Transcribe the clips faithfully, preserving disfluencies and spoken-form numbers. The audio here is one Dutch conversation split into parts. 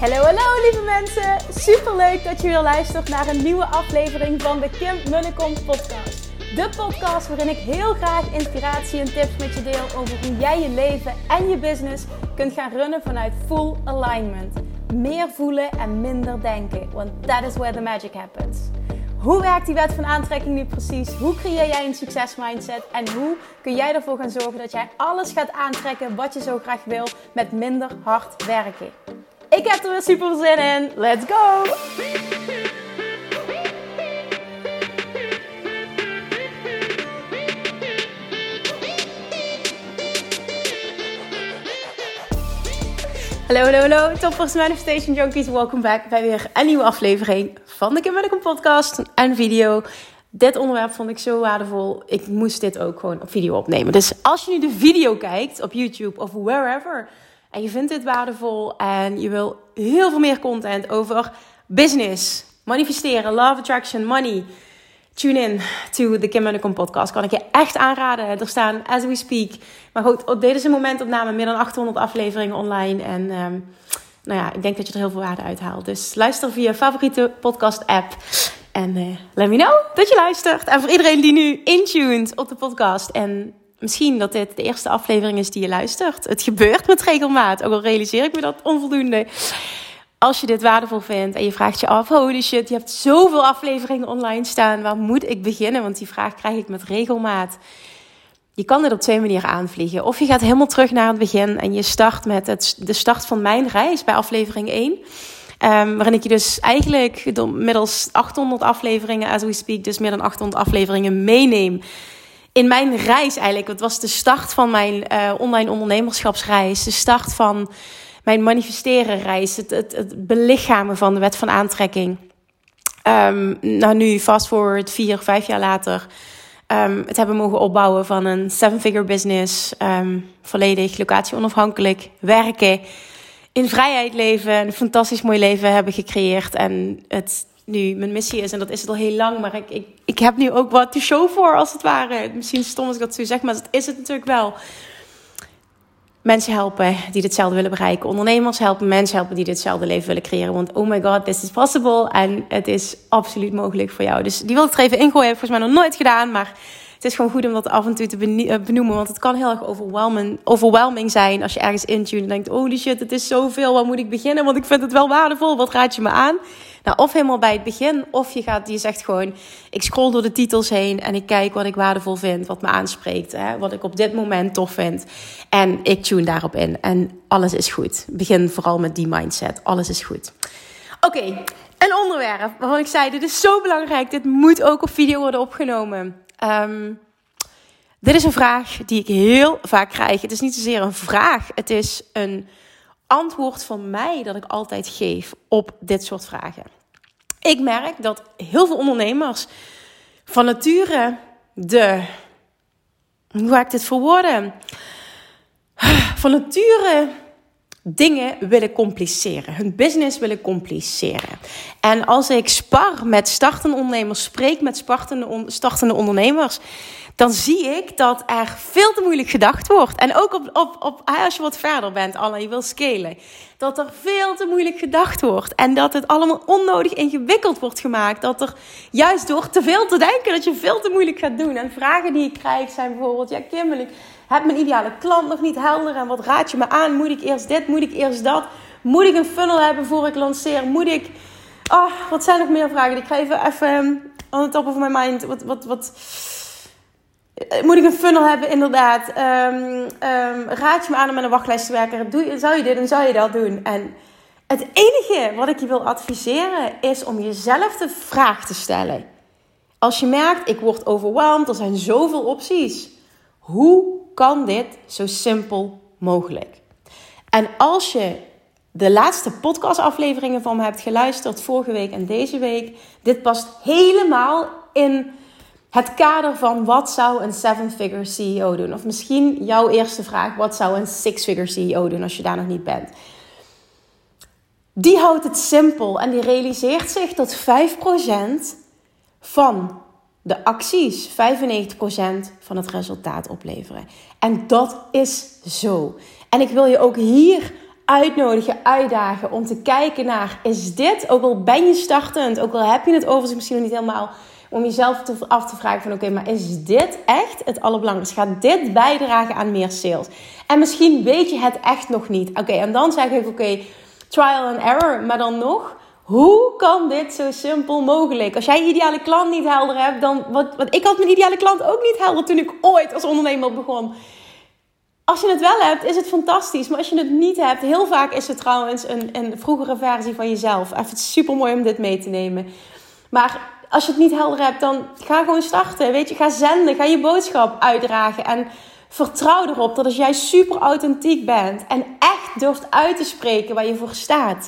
Hallo, hallo lieve mensen. Superleuk dat je weer luistert naar een nieuwe aflevering van de Kim Munnekom podcast. De podcast waarin ik heel graag inspiratie en tips met je deel over hoe jij je leven en je business kunt gaan runnen vanuit full alignment. Meer voelen en minder denken, want that is where the magic happens. Hoe werkt die wet van aantrekking nu precies? Hoe creëer jij een succesmindset? En hoe kun jij ervoor gaan zorgen dat jij alles gaat aantrekken wat je zo graag wil met minder hard werken? Ik heb er weer super zin in. Let's go! Hallo, hallo, hallo. Toppers, Manifestation Junkies. Welkom back bij weer een nieuwe aflevering van de Kim Munnekom podcast en video. Dit onderwerp vond ik zo waardevol. Ik moest dit ook gewoon op video opnemen. Dus als je nu de video kijkt op YouTube of wherever en je vindt dit waardevol en je wil heel veel meer content over business, manifesteren, love, attraction, money, tune in to the Kim Munnekom podcast. Kan ik je echt aanraden. Er staan, as we speak, maar goed, dit is een momentopname, meer dan achthonderd afleveringen online. En um, nou ja, ik denk dat je er heel veel waarde uithaalt. Dus luister via je favoriete podcast app. En uh, let me know dat je luistert. En voor iedereen die nu intuned op de podcast en misschien dat dit de eerste aflevering is die je luistert. Het gebeurt met regelmaat, ook al realiseer ik me dat onvoldoende. Als je dit waardevol vindt en je vraagt je af, holy shit, je hebt zoveel afleveringen online staan. Waar moet ik beginnen? Want die vraag krijg ik met regelmaat. Je kan dit op twee manieren aanvliegen. Of je gaat helemaal terug naar het begin en je start met het, de start van mijn reis bij aflevering één. Um, waarin ik je dus eigenlijk door middels achthonderd afleveringen, as we speak, dus meer dan achthonderd afleveringen meeneem in mijn reis eigenlijk. Het was de start van mijn uh, online ondernemerschapsreis. De start van mijn manifesteren reis. Het, het, het belichamen van de wet van aantrekking. Um, nou nu, fast forward, vier, vijf jaar later. Um, het hebben mogen opbouwen van een seven-figure business. Um, volledig locatie onafhankelijk werken. In vrijheid leven. Een fantastisch mooi leven hebben gecreëerd. En het nu mijn missie is, en dat is het al heel lang. Maar ik, ik, ik heb nu ook wat te show voor, als het ware. Misschien stom als ik dat zo zeg, maar dat is het natuurlijk wel. Mensen helpen die ditzelfde willen bereiken. Ondernemers helpen, mensen helpen die ditzelfde leven willen creëren. Want oh my god, this is possible. En het is absoluut mogelijk voor jou. Dus die wil ik er even ingooien. Heb ik volgens mij nog nooit gedaan. Maar het is gewoon goed om dat af en toe te benoemen. Want het kan heel erg overwhelming, overwhelming zijn als je ergens intune en denkt, holy shit, het is zoveel. Waar moet ik beginnen? Want ik vind het wel waardevol. Wat raad je me aan? Nou, of helemaal bij het begin, of je gaat, je zegt gewoon, ik scroll door de titels heen en ik kijk wat ik waardevol vind, wat me aanspreekt, hè, wat ik op dit moment tof vind. En ik tune daarop in en alles is goed. Begin vooral met die mindset, alles is goed. Oké, okay, een onderwerp waarvan ik zei, dit is zo belangrijk, dit moet ook op video worden opgenomen. Um, dit is een vraag die ik heel vaak krijg. Het is niet zozeer een vraag, het is een antwoord van mij dat ik altijd geef op dit soort vragen. Ik merk dat heel veel ondernemers van nature de, hoe ga ik dit verwoorden? Van nature dingen willen compliceren. Hun business willen compliceren. En als ik spar met startende ondernemers, spreek met startende, startende ondernemers, dan zie ik dat er veel te moeilijk gedacht wordt. En ook op, op, op, als je wat verder bent, Anna, je wil scalen, dat er veel te moeilijk gedacht wordt. En dat het allemaal onnodig ingewikkeld wordt gemaakt. Dat er juist door te veel te denken, dat je veel te moeilijk gaat doen. En vragen die ik krijg zijn bijvoorbeeld, ja Kim, ik heb mijn ideale klant nog niet helder. En wat raad je me aan? Moet ik eerst dit? Moet ik eerst dat? Moet ik een funnel hebben voor ik lanceer? Moet ik... Oh, wat zijn nog meer vragen? Ik ga even, even on the top of my mind. Wat... wat, wat... Moet ik een funnel hebben, inderdaad? Um, um, raad je me aan om met een wachtlijst te werken? Doe, zou je dit en zou je dat doen? En het enige wat ik je wil adviseren is om jezelf de vraag te stellen. Als je merkt, ik word overweldigd, er zijn zoveel opties. Hoe kan dit zo simpel mogelijk? En als je de laatste podcastafleveringen van me hebt geluisterd, vorige week en deze week, dit past helemaal in het kader van wat zou een seven-figure C E O doen? Of misschien jouw eerste vraag, wat zou een six-figure C E O doen als je daar nog niet bent? Die houdt het simpel en die realiseert zich dat vijf procent van de acties vijfennegentig procent van het resultaat opleveren. En dat is zo. En ik wil je ook hier uitnodigen, uitdagen om te kijken naar, is dit, ook al ben je startend, ook al heb je het overigens misschien nog niet helemaal, om jezelf te, af te vragen van oké, okay, maar is dit echt het allerbelangrijkste? Gaat dit bijdragen aan meer sales? En misschien weet je het echt nog niet. Oké, okay, en dan zeg ik oké, okay, trial and error, maar dan nog, hoe kan dit zo simpel mogelijk? Als jij je ideale klant niet helder hebt, dan, wat, wat ik had mijn ideale klant ook niet helder toen ik ooit als ondernemer begon. Als je het wel hebt, is het fantastisch. Maar als je het niet hebt, heel vaak is het trouwens een, een vroegere versie van jezelf. Even super mooi om dit mee te nemen. Maar als je het niet helder hebt, dan ga gewoon starten. Weet je, ga zenden, ga je boodschap uitdragen. En vertrouw erop dat als jij super authentiek bent en echt durft uit te spreken waar je voor staat.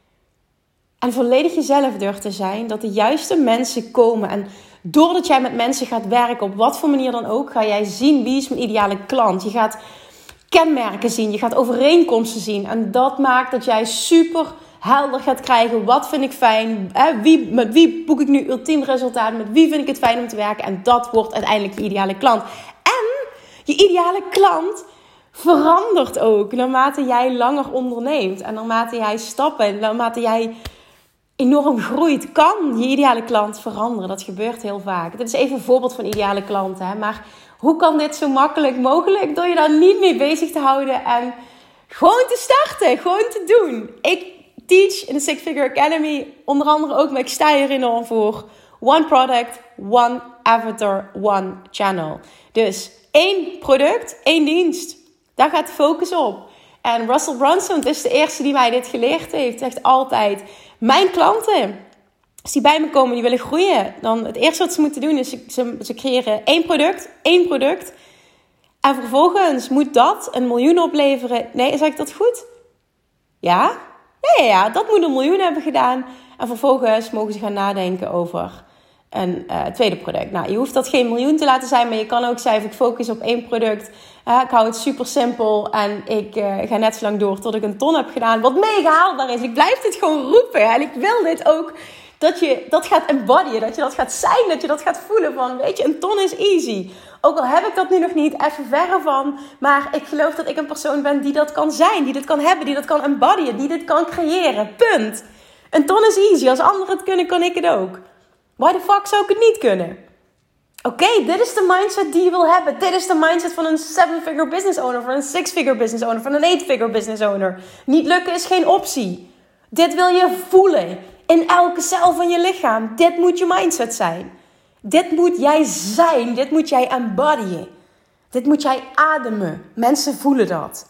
En volledig jezelf durft te zijn, dat de juiste mensen komen. En doordat jij met mensen gaat werken, op wat voor manier dan ook, ga jij zien wie is mijn ideale klant. Je gaat kenmerken zien, je gaat overeenkomsten zien. En dat maakt dat jij super helder gaat krijgen, wat vind ik fijn, hè? Wie, met wie boek ik nu ultiem resultaat, met wie vind ik het fijn om te werken. En dat wordt uiteindelijk je ideale klant. En je ideale klant verandert ook naarmate jij langer onderneemt. En naarmate jij stappen, en naarmate jij enorm groeit, kan je ideale klant veranderen. Dat gebeurt heel vaak. Dit is even een voorbeeld van ideale klanten. Hè? Maar hoe kan dit zo makkelijk mogelijk? Door je daar niet mee bezig te houden en gewoon te starten. Gewoon te doen. Ik teach in de Six Figure Academy onder andere ook, maar ik sta hier enorm voor. One product, one avatar, one channel. Dus één product, één dienst. Daar gaat de focus op. En Russell Brunson is de eerste die mij dit geleerd heeft. Hij zegt altijd, mijn klanten, als die bij me komen, die willen groeien, dan het eerste wat ze moeten doen is, ze, ze creëren één product, één product. En vervolgens moet dat een miljoen opleveren. Nee, zeg ik dat goed? Ja? Ja, ja, ja, dat moet een miljoen hebben gedaan. En vervolgens mogen ze gaan nadenken over een uh, tweede product. Nou, je hoeft dat geen miljoen te laten zijn, maar je kan ook zeggen, ik focus op één product. Uh, ik hou het super simpel en ik uh, ga net zo lang door tot ik een ton heb gedaan. Wat mega haalbaar is. Ik blijf dit gewoon roepen. En ik wil dit ook, dat je dat gaat embodyen, dat je dat gaat zijn, dat je dat gaat voelen van, weet je, een ton is easy. Ook al heb ik dat nu nog niet, even verre van. Maar ik geloof dat ik een persoon ben die dat kan zijn, die dit kan hebben, die dat kan embodyen, die dit kan creëren. Punt. Een ton is easy. Als anderen het kunnen, kan ik het ook. Why the fuck zou ik het niet kunnen? Oké, okay, dit is de mindset die je wil hebben. Dit is de mindset van een seven-figure business owner, van een six-figure business owner, van een eight-figure business owner. Niet lukken is geen optie. Dit wil je voelen in elke cel van je lichaam. Dit moet je mindset zijn. Dit moet jij zijn. Dit moet jij embodyen. Dit moet jij ademen. Mensen voelen dat.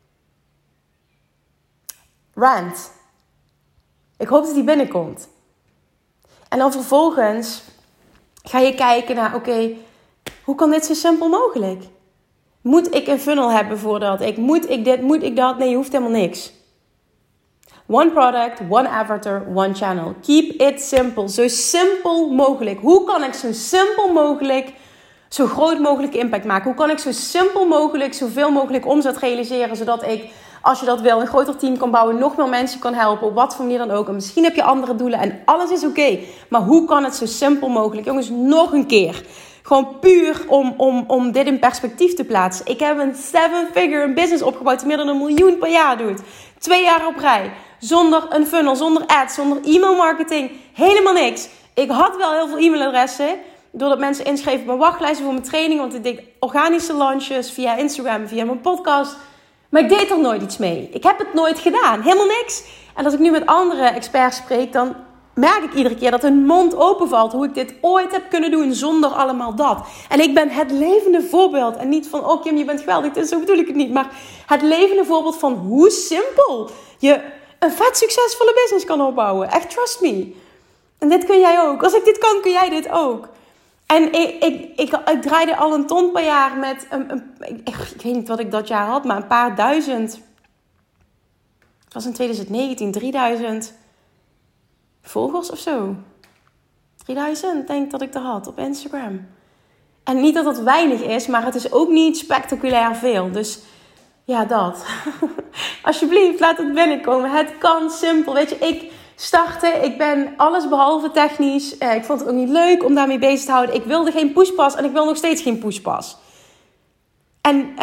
Rant. Ik hoop dat die binnenkomt. En dan vervolgens ga je kijken naar, oké, okay, hoe kan dit zo simpel mogelijk? Moet ik een funnel hebben voordat ik, moet ik dit, moet ik dat? Nee, je hoeft helemaal niks. One product, one avatar, one channel. Keep it simple. Zo simpel mogelijk. Hoe kan ik zo simpel mogelijk zo groot mogelijk impact maken? Hoe kan ik zo simpel mogelijk zoveel mogelijk omzet realiseren, zodat ik, als je dat wil, een groter team kan bouwen, nog meer mensen kan helpen, op wat voor manier dan ook. En misschien heb je andere doelen en alles is oké. Okay. Maar hoe kan het zo simpel mogelijk? Jongens, nog een keer. Gewoon puur om, om, om dit in perspectief te plaatsen. Ik heb een seven-figure business opgebouwd die meer dan een miljoen per jaar doet. Twee jaar op rij. Zonder een funnel, zonder ads, zonder e-mail marketing. Helemaal niks. Ik had wel heel veel e-mailadressen. Doordat mensen inschreven op mijn wachtlijsten voor mijn training. Want ik deed organische launches via Instagram, via mijn podcast. Maar ik deed er nooit iets mee. Ik heb het nooit gedaan. Helemaal niks. En als ik nu met andere experts spreek, dan merk ik iedere keer dat hun mond openvalt. Hoe ik dit ooit heb kunnen doen zonder allemaal dat. En ik ben het levende voorbeeld. En niet van, oh Kim, je bent geweldig. Dus zo bedoel ik het niet. Maar het levende voorbeeld van hoe simpel je een vet succesvolle business kan opbouwen. Echt, trust me. En dit kun jij ook. Als ik dit kan, kun jij dit ook. En ik, ik, ik, ik draaide al een ton per jaar met... Een, een, ik, ik weet niet wat ik dat jaar had, maar een paar duizend. Het was in twintig negentien, drieduizend volgers of zo. drieduizend, denk ik dat ik er had op Instagram. En niet dat dat weinig is, maar het is ook niet spectaculair veel. Dus ja, dat. Alsjeblieft, laat het binnenkomen. Het kan simpel. Weet je, ik startte, ik ben alles behalve technisch. Eh, ik vond het ook niet leuk om daarmee bezig te houden. Ik wilde geen pushpas en ik wil nog steeds geen pushpas. En, en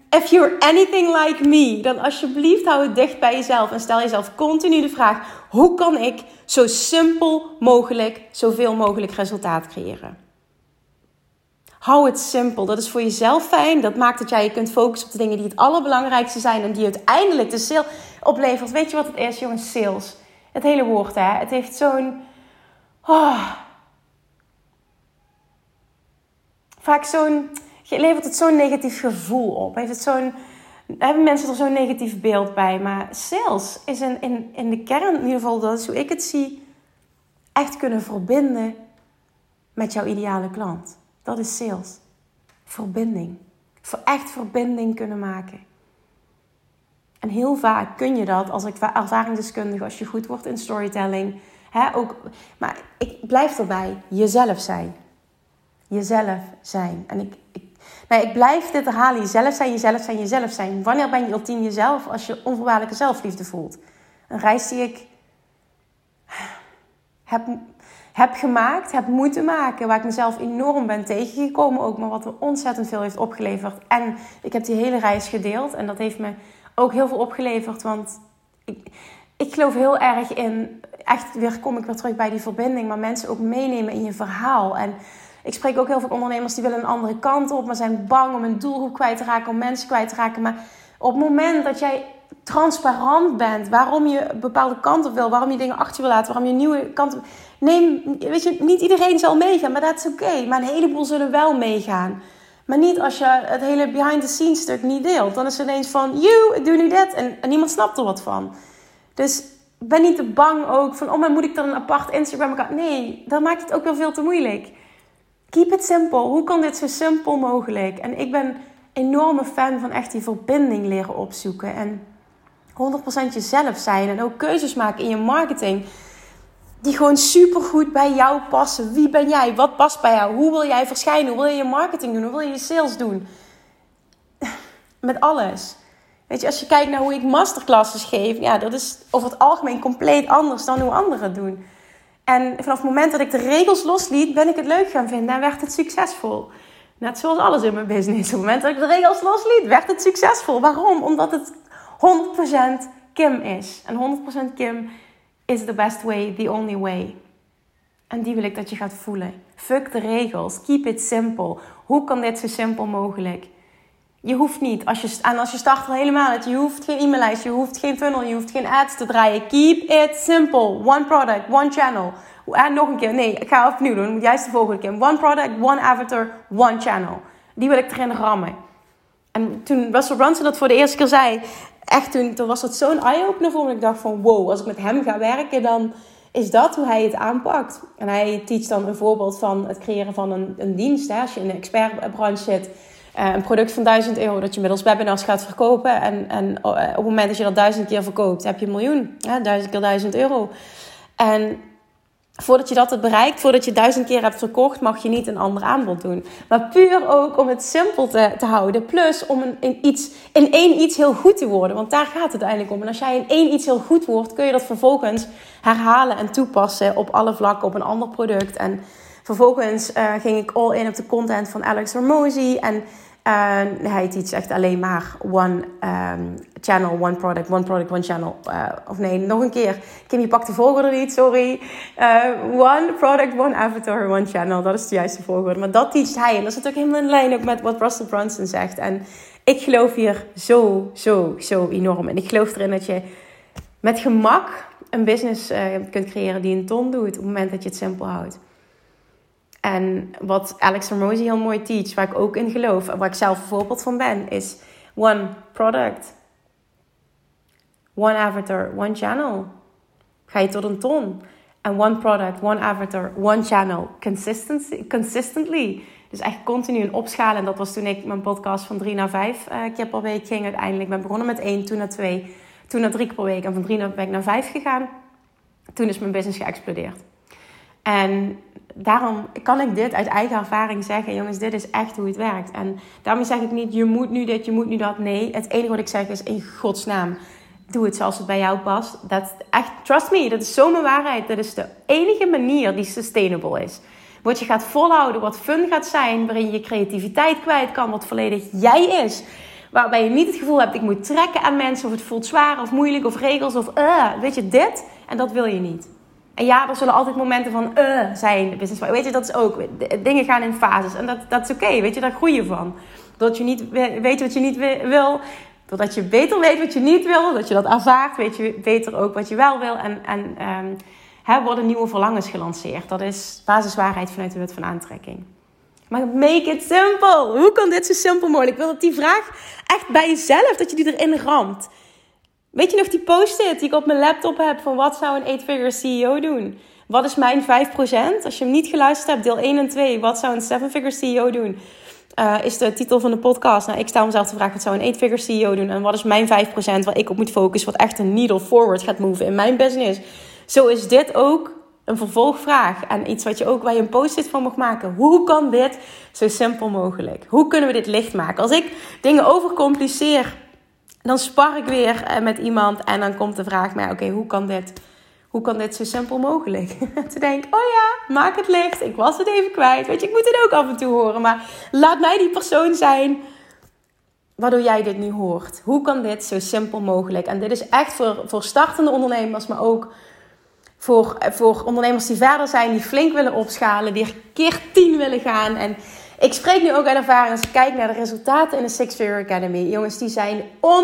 if you're anything like me, dan alsjeblieft hou het dicht bij jezelf. En stel jezelf continu de vraag, hoe kan ik zo simpel mogelijk, zoveel mogelijk resultaat creëren? Hou het simpel. Dat is voor jezelf fijn. Dat maakt dat jij je kunt focussen op de dingen die het allerbelangrijkste zijn. En die uiteindelijk de sale oplevert. Weet je wat het is, jongens? Sales. Het hele woord, hè. Het heeft zo'n... Oh, vaak zo'n... levert het zo'n negatief gevoel op. Heeft het zo'n... Hebben mensen er zo'n negatief beeld bij. Maar sales is in, in, in de kern, in ieder geval, dat is hoe ik het zie, echt kunnen verbinden met jouw ideale klant. Dat is sales. Verbinding. Voor echt verbinding kunnen maken. En heel vaak kun je dat als ervaringsdeskundige, als je goed wordt in storytelling. Hè, ook, maar ik blijf erbij. Jezelf zijn. Jezelf zijn. En ik, ik, nou, ik blijf dit herhalen. Jezelf zijn, jezelf zijn, jezelf zijn. Wanneer ben je ultiem jezelf? Als je onvoorwaardelijke zelfliefde voelt. Een reis die ik heb... heb gemaakt, heb moeten maken, waar ik mezelf enorm ben tegengekomen ook, maar wat me ontzettend veel heeft opgeleverd. En ik heb die hele reis gedeeld en dat heeft me ook heel veel opgeleverd, want ik, ik geloof heel erg in, echt weer kom ik weer terug bij die verbinding, maar mensen ook meenemen in je verhaal. En ik spreek ook heel veel ondernemers die willen een andere kant op, maar zijn bang om een doelgroep kwijt te raken, om mensen kwijt te raken. Maar op het moment dat jij transparant bent, waarom je een bepaalde kant op wil, waarom je dingen achter je wil laten, waarom je nieuwe kanten... Neem, weet je, niet iedereen zal meegaan, maar dat is oké. Okay. Maar een heleboel zullen wel meegaan. Maar niet als je het hele behind-the-scenes stuk niet deelt. Dan is het ineens van, you, ik doe nu dit. En, en niemand snapt er wat van. Dus ben niet te bang ook van, oh, maar moet ik dan een apart Instagram-account? Nee, dan maakt het ook wel veel te moeilijk. Keep it simple. Hoe kan dit zo simpel mogelijk? En ik ben een enorme fan van echt die verbinding leren opzoeken. En honderd procent jezelf zijn. En ook keuzes maken in je marketing die gewoon supergoed bij jou passen. Wie ben jij? Wat past bij jou? Hoe wil jij verschijnen? Hoe wil je je marketing doen? Hoe wil je je sales doen? Met alles. Weet je, als je kijkt naar hoe ik masterclasses geef, ja, dat is over het algemeen compleet anders dan hoe anderen het doen. En vanaf het moment dat ik de regels losliet, ben ik het leuk gaan vinden en werd het succesvol. Net zoals alles in mijn business. Op het moment dat ik de regels losliet, werd het succesvol. Waarom? Omdat het honderd procent Kim is. En honderd procent Kim is the best way, the only way. En die wil ik dat je gaat voelen. Fuck de regels. Keep it simple. Hoe kan dit zo simpel mogelijk? Je hoeft niet, als je, en als je start al helemaal uit, je hoeft geen e-maillijst, je hoeft geen funnel, je hoeft geen ads te draaien. Keep it simple. One product, one channel. En nog een keer, nee, ik ga opnieuw doen. Ik moet juist de volgende keer. One product, one avatar, one channel. Die wil ik erin rammen. En toen Russell Brunson dat voor de eerste keer zei, echt toen, toen was dat zo'n eye-opener voor me. Ik dacht van, wow, als ik met hem ga werken, dan is dat hoe hij het aanpakt. En hij teacht dan een voorbeeld van het creëren van een, een dienst. Hè? Als je in de expertbranche zit, uh, een product van duizend euro dat je middels webinars gaat verkopen. En, en uh, op het moment dat je dat duizend keer verkoopt, heb je een miljoen. Hè? Duizend keer duizend euro. En voordat je dat het bereikt, voordat je duizend keer hebt verkocht, mag je niet een ander aanbod doen. Maar puur ook om het simpel te, te houden. Plus om een, in, iets, in één iets heel goed te worden. Want daar gaat het eigenlijk om. En als jij in één iets heel goed wordt, kun je dat vervolgens herhalen en toepassen op alle vlakken op een ander product. En vervolgens uh, ging ik all in op de content van Alex Hormozi. En uh, hij teacht echt alleen maar one um, channel, one product, one product, one channel. Uh, of nee, nog een keer. Kim, je pakt de volgorde niet, sorry. Uh, one product, one avatar, one channel. Dat is de juiste volgorde. Maar dat teacht hij. En dat is natuurlijk helemaal in lijn ook met wat Russell Brunson zegt. En ik geloof hier zo, zo, zo enorm. En ik geloof erin dat je met gemak een business uh, kunt creëren die een ton doet. Op het moment dat je het simpel houdt. En wat Alex Hormozi heel mooi teacht, waar ik ook in geloof en waar ik zelf een voorbeeld van ben, is one product, one avatar, one channel. Ga je tot een ton. En one product, one avatar, one channel. Consistency, consistently. Dus echt continu een opschalen. En dat was toen ik mijn podcast van drie naar vijf uh, keer per week ging uiteindelijk. Ik ben begonnen met één, toen naar twee, toen naar drie keer per week. En van drie ben ik naar vijf gegaan. Toen is mijn business geëxplodeerd. En daarom kan ik dit uit eigen ervaring zeggen. Jongens, dit is echt hoe het werkt. En daarmee zeg ik niet, je moet nu dit, je moet nu dat. Nee, het enige wat ik zeg is in godsnaam, doe het zoals het bij jou past. Dat echt, trust me, dat is zo mijn waarheid. Dat is de enige manier die sustainable is. Wat je gaat volhouden, wat fun gaat zijn, waarin je je creativiteit kwijt kan, wat volledig jij is. Waarbij je niet het gevoel hebt, ik moet trekken aan mensen. Of het voelt zwaar of moeilijk of regels of uh, weet je, dit. En dat wil je niet. En ja, er zullen altijd momenten van uh, zijn. Business, weet je, dat is ook. Dingen gaan in fases. En dat, dat is oké, okay, weet je, daar groei je van. Doordat je niet weet wat je niet wil. Doordat je beter weet wat je niet wil. Dat je dat ervaart, weet je beter ook wat je wel wil. En, en um, hè, worden nieuwe verlangens gelanceerd. Dat is basiswaarheid vanuit de wet van aantrekking. Maar make it simple. Hoe kan dit zo simpel mogelijk? Ik wil dat die vraag echt bij jezelf, dat je die erin ramt. Weet je nog die post-it die ik op mijn laptop heb van wat zou een eight-figure C E O doen? Wat is mijn vijf procent? Als je hem niet geluisterd hebt, deel één en twee. Wat zou een seven-figure C E O doen? Uh, is de titel van de podcast. Nou, ik stel mezelf de vraag, wat zou een eight-figure C E O doen? En wat is mijn vijf procent waar ik op moet focussen? Wat echt een needle forward gaat moven in mijn business. Zo is dit ook een vervolgvraag. En iets wat je ook, waar je een post-it van mag maken. Hoe kan dit zo simpel mogelijk? Hoe kunnen we dit licht maken? Als ik dingen overcompliceer, dan spar ik weer met iemand. En dan komt de vraag, maar oké, okay, hoe kan dit... Hoe kan dit zo simpel mogelijk? Te denken, oh ja, maak het licht. Ik was het even kwijt. Weet je, ik moet het ook af en toe horen. Maar laat mij die persoon zijn waardoor jij dit nu hoort. Hoe kan dit zo simpel mogelijk? En dit is echt voor, voor startende ondernemers, maar ook voor, voor ondernemers die verder zijn, die flink willen opschalen, die er keer tien willen gaan. En ik spreek nu ook uit ervaring als ik kijk naar de resultaten in de Six Figure Academy. Jongens, die zijn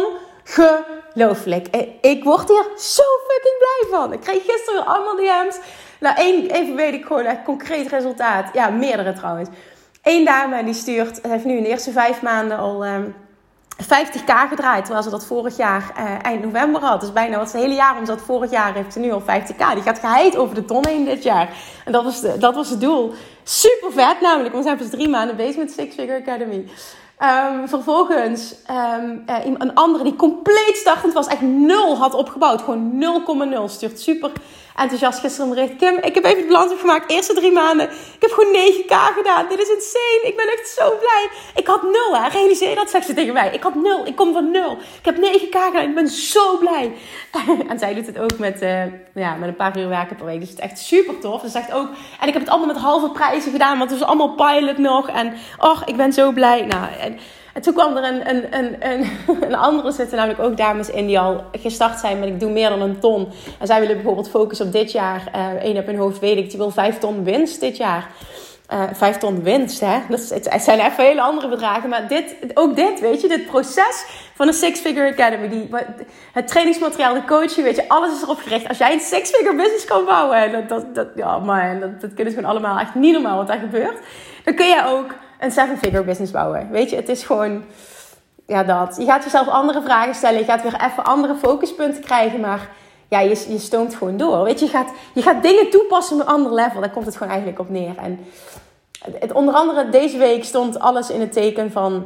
ongelooflijk. Ik word hier zo fucking blij van. Ik kreeg gisteren weer allemaal D M's. Nou, één, even weet ik gewoon echt concreet resultaat. Ja, meerdere trouwens. Eén dame die stuurt, heeft nu in de eerste vijf maanden al um, vijftig k gedraaid. Terwijl ze dat vorig jaar uh, eind november had. Dus bijna wat ze het hele jaar omzet. Vorig jaar heeft ze nu al vijftig k. Die gaat geheid over de ton heen dit jaar. En dat was, de, dat was het doel. Super vet namelijk. Want we zijn pas drie maanden bezig met Six Figure Academy. Um, vervolgens um, uh, een andere die compleet startend was, echt nul had opgebouwd. Gewoon nul komma nul. Stuurt super enthousiast gisteren een bericht. Kim, ik heb even de balans opgemaakt. Eerste drie maanden. Ik heb gewoon negen k gedaan. Dit is insane. Ik ben echt zo blij. Ik had nul, hè. Realiseer dat, zegt ze tegen mij. Ik had nul. Ik kom van nul. Ik heb negen k gedaan. Ik ben zo blij. En zij doet het ook met, uh, ja, met een paar uur werken per week. Dus het is echt super tof. Ze zegt ook, en ik heb het allemaal met halve prijzen gedaan. Want het was allemaal pilot nog. En och, ik ben zo blij. Nou, en, en toen kwam er een, een, een, een, een andere, zitten namelijk ook dames in die al gestart zijn met ik doe meer dan een ton. En zij willen bijvoorbeeld focussen op dit jaar. Uh, één op hun hoofd weet ik, die wil vijf ton winst dit jaar. Uh, vijf ton winst, hè. Dat is, het zijn even hele andere bedragen. Maar dit, ook dit, weet je, dit proces van een Six Figure Academy. Die, het trainingsmateriaal, de coaching, weet je, alles is erop gericht. Als jij een Six Figure business kan bouwen, dat, dat, dat, ja, man, dat, dat kunnen ze gewoon allemaal echt niet normaal wat daar gebeurt. Dan kun jij ook een seven figure business bouwen. Weet je, het is gewoon, ja, dat. Je gaat jezelf andere vragen stellen. Je gaat weer even andere focuspunten krijgen. Maar ja, je, je stoomt gewoon door. Weet je, je gaat, je gaat dingen toepassen op een ander level. Daar komt het gewoon eigenlijk op neer. En het, onder andere deze week stond alles in het teken van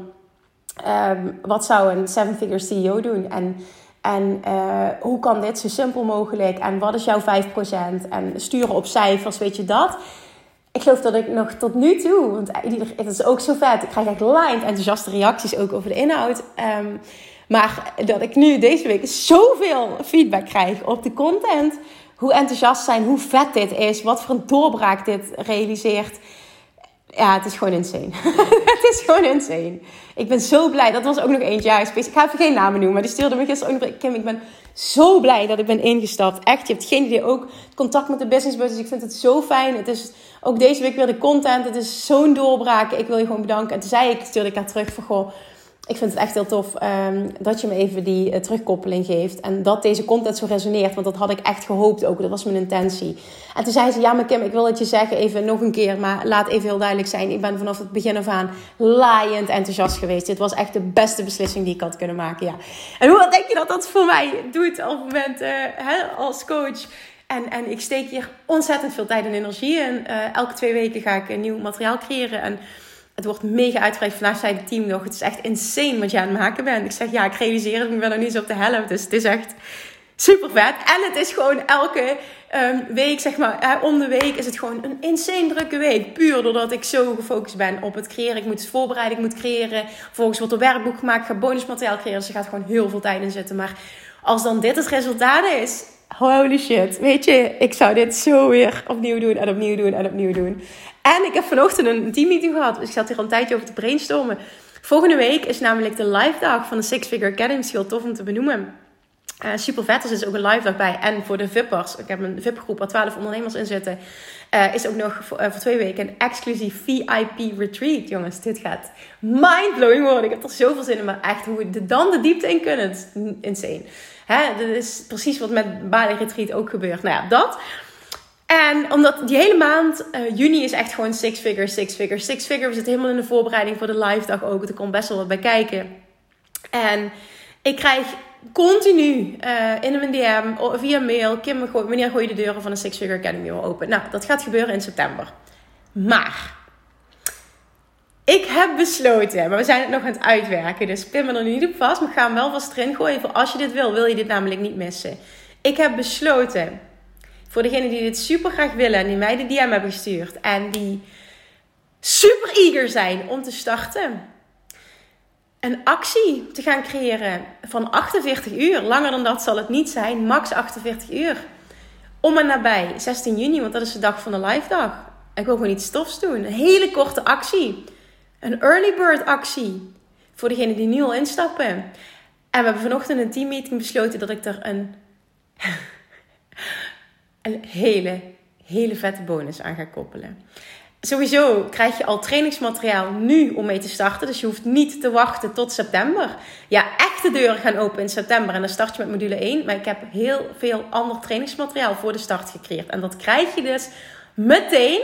um, wat zou een seven figure C E O doen? En, en uh, hoe kan dit zo simpel mogelijk? En wat is jouw vijf procent? En sturen op cijfers, weet je dat? Ik geloof dat ik nog tot nu toe, want het is ook zo vet. Ik krijg echt live enthousiaste reacties ook over de inhoud. Um, maar dat ik nu deze week zoveel feedback krijg op de content. Hoe enthousiast zijn, hoe vet dit is. Wat voor een doorbraak dit realiseert. Ja, het is gewoon insane. Het is gewoon insane. Ik ben zo blij. Dat was ook nog eentje. Ja, ik ga even geen namen noemen. Maar die stuurde me gisteren ook nog. Kim, ik ben zo blij dat ik ben ingestapt. Echt, je hebt geen idee. Ook contact met de business buddies. Ik vind het zo fijn. Het is ook deze week weer de content. Het is zo'n doorbraak. Ik wil je gewoon bedanken. En toen zei ik, stuurde ik haar terug van, goh, ik vind het echt heel tof um, dat je me even die uh, terugkoppeling geeft. En dat deze content zo resoneert. Want dat had ik echt gehoopt ook. Dat was mijn intentie. En toen zei ze, ja maar Kim, ik wil het je zeggen even nog een keer. Maar laat even heel duidelijk zijn. Ik ben vanaf het begin af aan laaiend enthousiast geweest. Dit was echt de beste beslissing die ik had kunnen maken. Ja. En hoe denk je dat dat voor mij doet op het moment uh, hè, als coach? En, en ik steek hier ontzettend veel tijd en energie in. Uh, elke twee weken ga ik een nieuw materiaal creëren. En het wordt mega uitgebreid. Vandaag zei het team nog, het is echt insane wat je aan het maken bent. Ik zeg, ja, ik realiseer het, ik ben nog niet eens op de helft. Dus het is echt super vet. En het is gewoon elke um, week, zeg maar, uh, om de week is het gewoon een insane drukke week. Puur doordat ik zo gefocust ben op het creëren. Ik moet het voorbereiden, ik moet creëren. Vervolgens wordt er werkboek gemaakt, ik ga bonusmateriaal creëren. Dus er gaat gewoon heel veel tijd in zitten. Maar als dan dit het resultaat is, holy shit. Weet je, ik zou dit zo weer opnieuw doen en opnieuw doen en opnieuw doen. En ik heb vanochtend een teammeeting gehad. Dus ik zat hier al een tijdje over te brainstormen. Volgende week is namelijk de live dag van de Six Figure Academy. Is heel tof om te benoemen. Uh, super vet, er zit ook een live dag bij. En voor de vippers, ik heb een V I P-groep waar twaalf ondernemers in zitten, uh, is ook nog voor, uh, voor twee weken een exclusief V I P retreat. Jongens, dit gaat mindblowing worden. Ik heb er zoveel zin in, maar echt hoe we dan de diepte in kunnen. Het is insane. Hè, dat is precies wat met Bali Retreat ook gebeurt. Nou ja, dat. En omdat die hele maand, uh, juni is echt gewoon six figure, six figure, six figure. We zitten helemaal in de voorbereiding voor de live dag ook. Er komt best wel wat bij kijken. En ik krijg continu uh, in mijn D M, via mail, Kim, wanneer gooi je de deuren van de Six Figure Academy weer open? Nou, dat gaat gebeuren in september. Maar ik heb besloten, maar we zijn het nog aan het uitwerken, dus pin me er niet op vast, maar ik ga hem wel vast erin gooien. Voor als je dit wil, wil je dit namelijk niet missen. Ik heb besloten, voor degenen die dit super graag willen en die mij de D M hebben gestuurd en die super eager zijn om te starten, een actie te gaan creëren van achtenveertig uur. Langer dan dat zal het niet zijn. Max achtenveertig uur. Om en nabij zestien juni, want dat is de dag van de live dag. En ik wil gewoon iets tofs doen. Een hele korte actie. Een early bird actie. Voor degenen die nu al instappen. En we hebben vanochtend in een teammeeting besloten dat ik er een, een hele, hele vette bonus aan ga koppelen. Sowieso krijg je al trainingsmateriaal nu om mee te starten. Dus je hoeft niet te wachten tot september. Ja, echte deuren gaan open in september. En dan start je met module één. Maar ik heb heel veel ander trainingsmateriaal voor de start gecreëerd. En dat krijg je dus meteen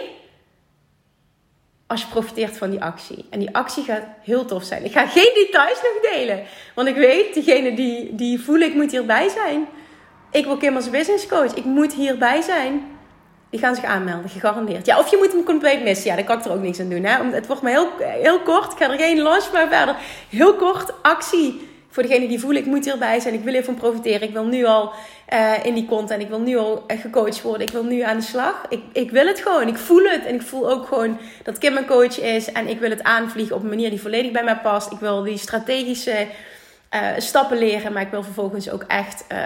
als je profiteert van die actie. En die actie gaat heel tof zijn. Ik ga geen details nog delen. Want ik weet, degene die, die voelen, ik moet hierbij zijn. Ik wil Kim als business coach. Ik moet hierbij zijn. Die gaan zich aanmelden, gegarandeerd. Ja, of je moet hem compleet missen. Ja, daar kan ik er ook niks aan doen. Hè? Het wordt maar heel, heel kort. Ik ga er geen launch maar verder. Heel kort actie voor degene die voelen, ik moet hierbij zijn. Ik wil hiervan profiteren. Ik wil nu al uh, in die content. Ik wil nu al uh, gecoacht worden. Ik wil nu aan de slag. Ik, ik wil het gewoon. Ik voel het. En ik voel ook gewoon dat Kim mijn coach is. En ik wil het aanvliegen op een manier die volledig bij mij past. Ik wil die strategische uh, stappen leren. Maar ik wil vervolgens ook echt... Uh,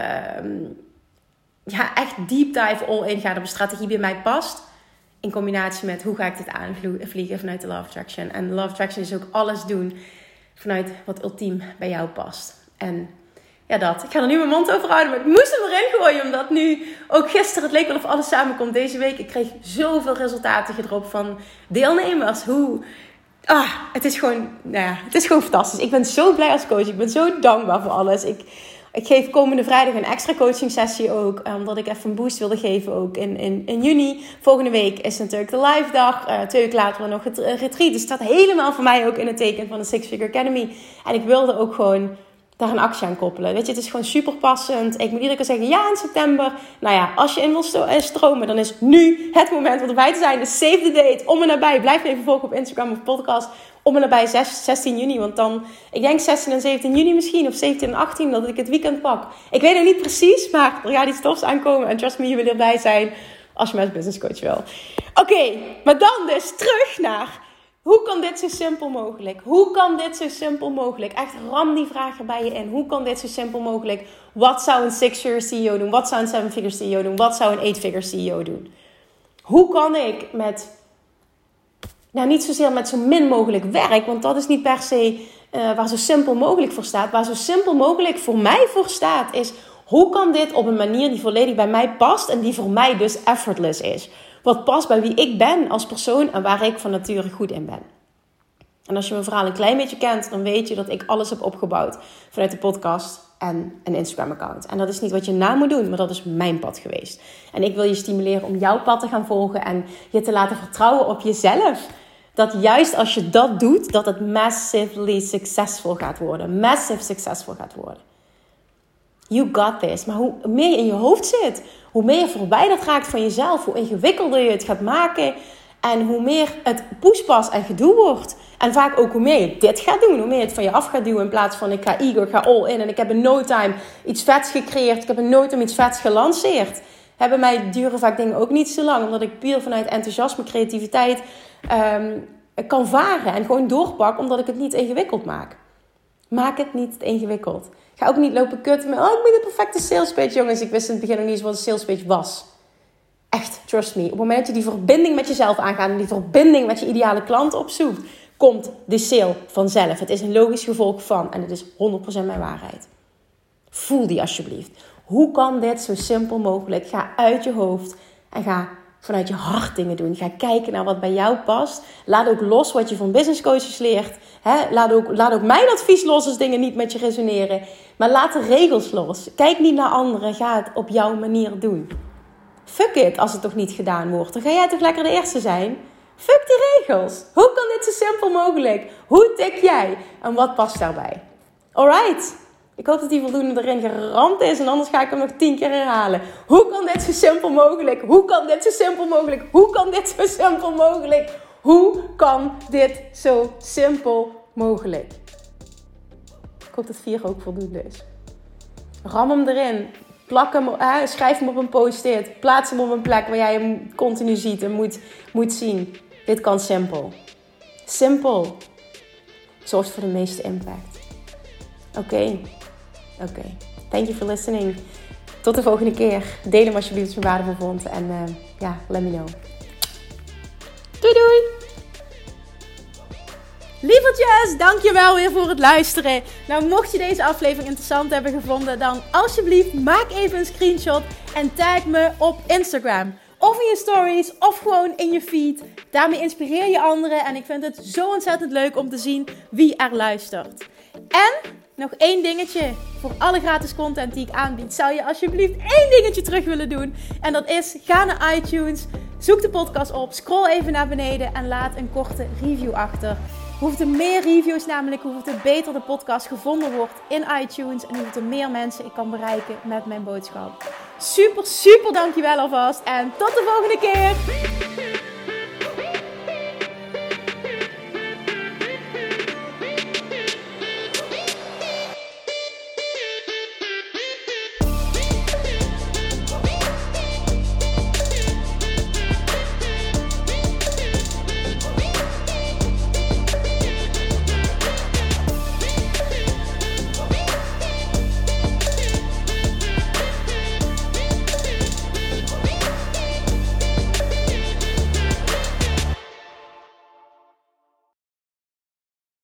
Ja, echt deep dive all in gaan op een strategie bij mij past. In combinatie met hoe ga ik dit aanvliegen vanuit de Law of Attraction. En de Law of Attraction is ook alles doen vanuit wat ultiem bij jou past. En ja, dat. Ik ga er nu mijn mond over houden, maar ik moest hem erin gooien. Omdat nu, ook gisteren, het leek wel of alles samenkomt deze week. Ik kreeg zoveel resultaten gedropt van deelnemers. Hoe... Ah, het is gewoon, nou ja, het is gewoon fantastisch. Ik ben zo blij als coach. Ik ben zo dankbaar voor alles. Ik... Ik geef komende vrijdag een extra coaching sessie ook. Omdat ik even een boost wilde geven ook in, in, in juni. Volgende week is natuurlijk de live dag. Uh, twee weken later nog het uh, retreat. Dus het staat helemaal voor mij ook in het teken van de Six Figure Academy. En ik wilde ook gewoon daar een actie aan koppelen. Weet je, het is gewoon super passend. Ik moet iedere keer zeggen ja in september. Nou ja, als je in wil stromen, dan is nu het moment om erbij te zijn. Dus save the date. Om en nabij. Blijf me even volgen op Instagram of podcast. Om en nabij zestien juni. Want dan, ik denk zestien en zeventien juni misschien. Of zeventien en achttien, dat ik het weekend pak. Ik weet het niet precies, maar er gaat iets tofs aankomen. En trust me, je wil erbij zijn als je mij als business coach wil. Oké, okay, maar dan dus terug naar... Hoe kan dit zo simpel mogelijk? Hoe kan dit zo simpel mogelijk? Echt ram die vraag er bij je in. Hoe kan dit zo simpel mogelijk? Wat zou een six-figure C E O doen? Wat zou een seven-figure C E O doen? Wat zou een eight-figure C E O doen? Hoe kan ik met... Nou, niet zozeer met zo min mogelijk werk. Want dat is niet per se uh, waar zo simpel mogelijk voor staat. Waar zo simpel mogelijk voor mij voor staat is... Hoe kan dit op een manier die volledig bij mij past... en die voor mij dus effortless is? Wat past bij wie ik ben als persoon en waar ik van nature goed in ben. En als je mijn verhaal een klein beetje kent, dan weet je dat ik alles heb opgebouwd vanuit de podcast en een Instagram-account. En dat is niet wat je na moet doen, maar dat is mijn pad geweest. En ik wil je stimuleren om jouw pad te gaan volgen en je te laten vertrouwen op jezelf. Dat juist als je dat doet, dat het massively successful gaat worden. Massive successful gaat worden. You got this. Maar hoe meer je in je hoofd zit, hoe meer je verwijderd raakt van jezelf, hoe ingewikkelder je het gaat maken en hoe meer het poespas en gedoe wordt. En vaak ook hoe meer je dit gaat doen, hoe meer je het van je af gaat duwen in plaats van ik ga ego, ik ga all in en ik heb in no time iets vets gecreëerd, ik heb in no time iets vets gelanceerd. Hebben mij duren vaak dingen ook niet zo lang, omdat ik puur vanuit enthousiasme, creativiteit um, kan varen en gewoon doorpak, omdat ik het niet ingewikkeld maak. Maak het niet ingewikkeld. Ga ook niet lopen kutten met, oh, ik moet een perfecte salespage. Jongens, ik wist in het begin nog niet eens wat een salespage was. Echt, trust me. Op het moment dat je die verbinding met jezelf aangaat en die verbinding met je ideale klant opzoekt, komt de sale vanzelf. Het is een logisch gevolg van en het is honderd procent mijn waarheid. Voel die alsjeblieft. Hoe kan dit zo simpel mogelijk? Ga uit je hoofd en ga vanuit je hart dingen doen. Ga kijken naar wat bij jou past. Laat ook los wat je van business coaches leert. He, laat, ook, laat ook mijn advies los als dingen niet met je resoneren. Maar laat de regels los. Kijk niet naar anderen. Ga het op jouw manier doen. Fuck it als het toch niet gedaan wordt. Dan ga jij toch lekker de eerste zijn? Fuck die regels. Hoe kan dit zo simpel mogelijk? Hoe tik jij? En wat past daarbij? Alright. Ik hoop dat die voldoende erin geramd is. En anders ga ik hem nog tien keer herhalen. Hoe kan dit zo simpel mogelijk? Hoe kan dit zo simpel mogelijk? Hoe kan dit zo simpel mogelijk? Hoe kan dit zo simpel mogelijk? Ik hoop dat vier ook voldoende is. Ram hem erin. Plak hem, eh, schrijf hem op een post-it. Plaats hem op een plek waar jij hem continu ziet en moet, moet zien. Dit kan simpel. Simpel. Zorgt voor de meeste impact. Oké. Okay. Oké. Okay. Thank you for listening. Tot de volgende keer. Deel hem alsjeblieft als je hem waardevol vond. En uh, ja, let me know. Doei doei! Lievertjes, dankjewel weer voor het luisteren. Nou, mocht je deze aflevering interessant hebben gevonden, dan alsjeblieft maak even een screenshot en tag me op Instagram. Of in je stories, of gewoon in je feed. Daarmee inspireer je anderen en ik vind het zo ontzettend leuk om te zien wie er luistert. En nog één dingetje. Voor alle gratis content die ik aanbied, zou je alsjeblieft één dingetje terug willen doen. En dat is, ga naar iTunes, zoek de podcast op, scroll even naar beneden en laat een korte review achter. Hoeveel er meer reviews namelijk, hoeveel er beter de podcast gevonden wordt in iTunes. En hoeveel er meer mensen ik kan bereiken met mijn boodschap. Super, super dankjewel alvast. En tot de volgende keer.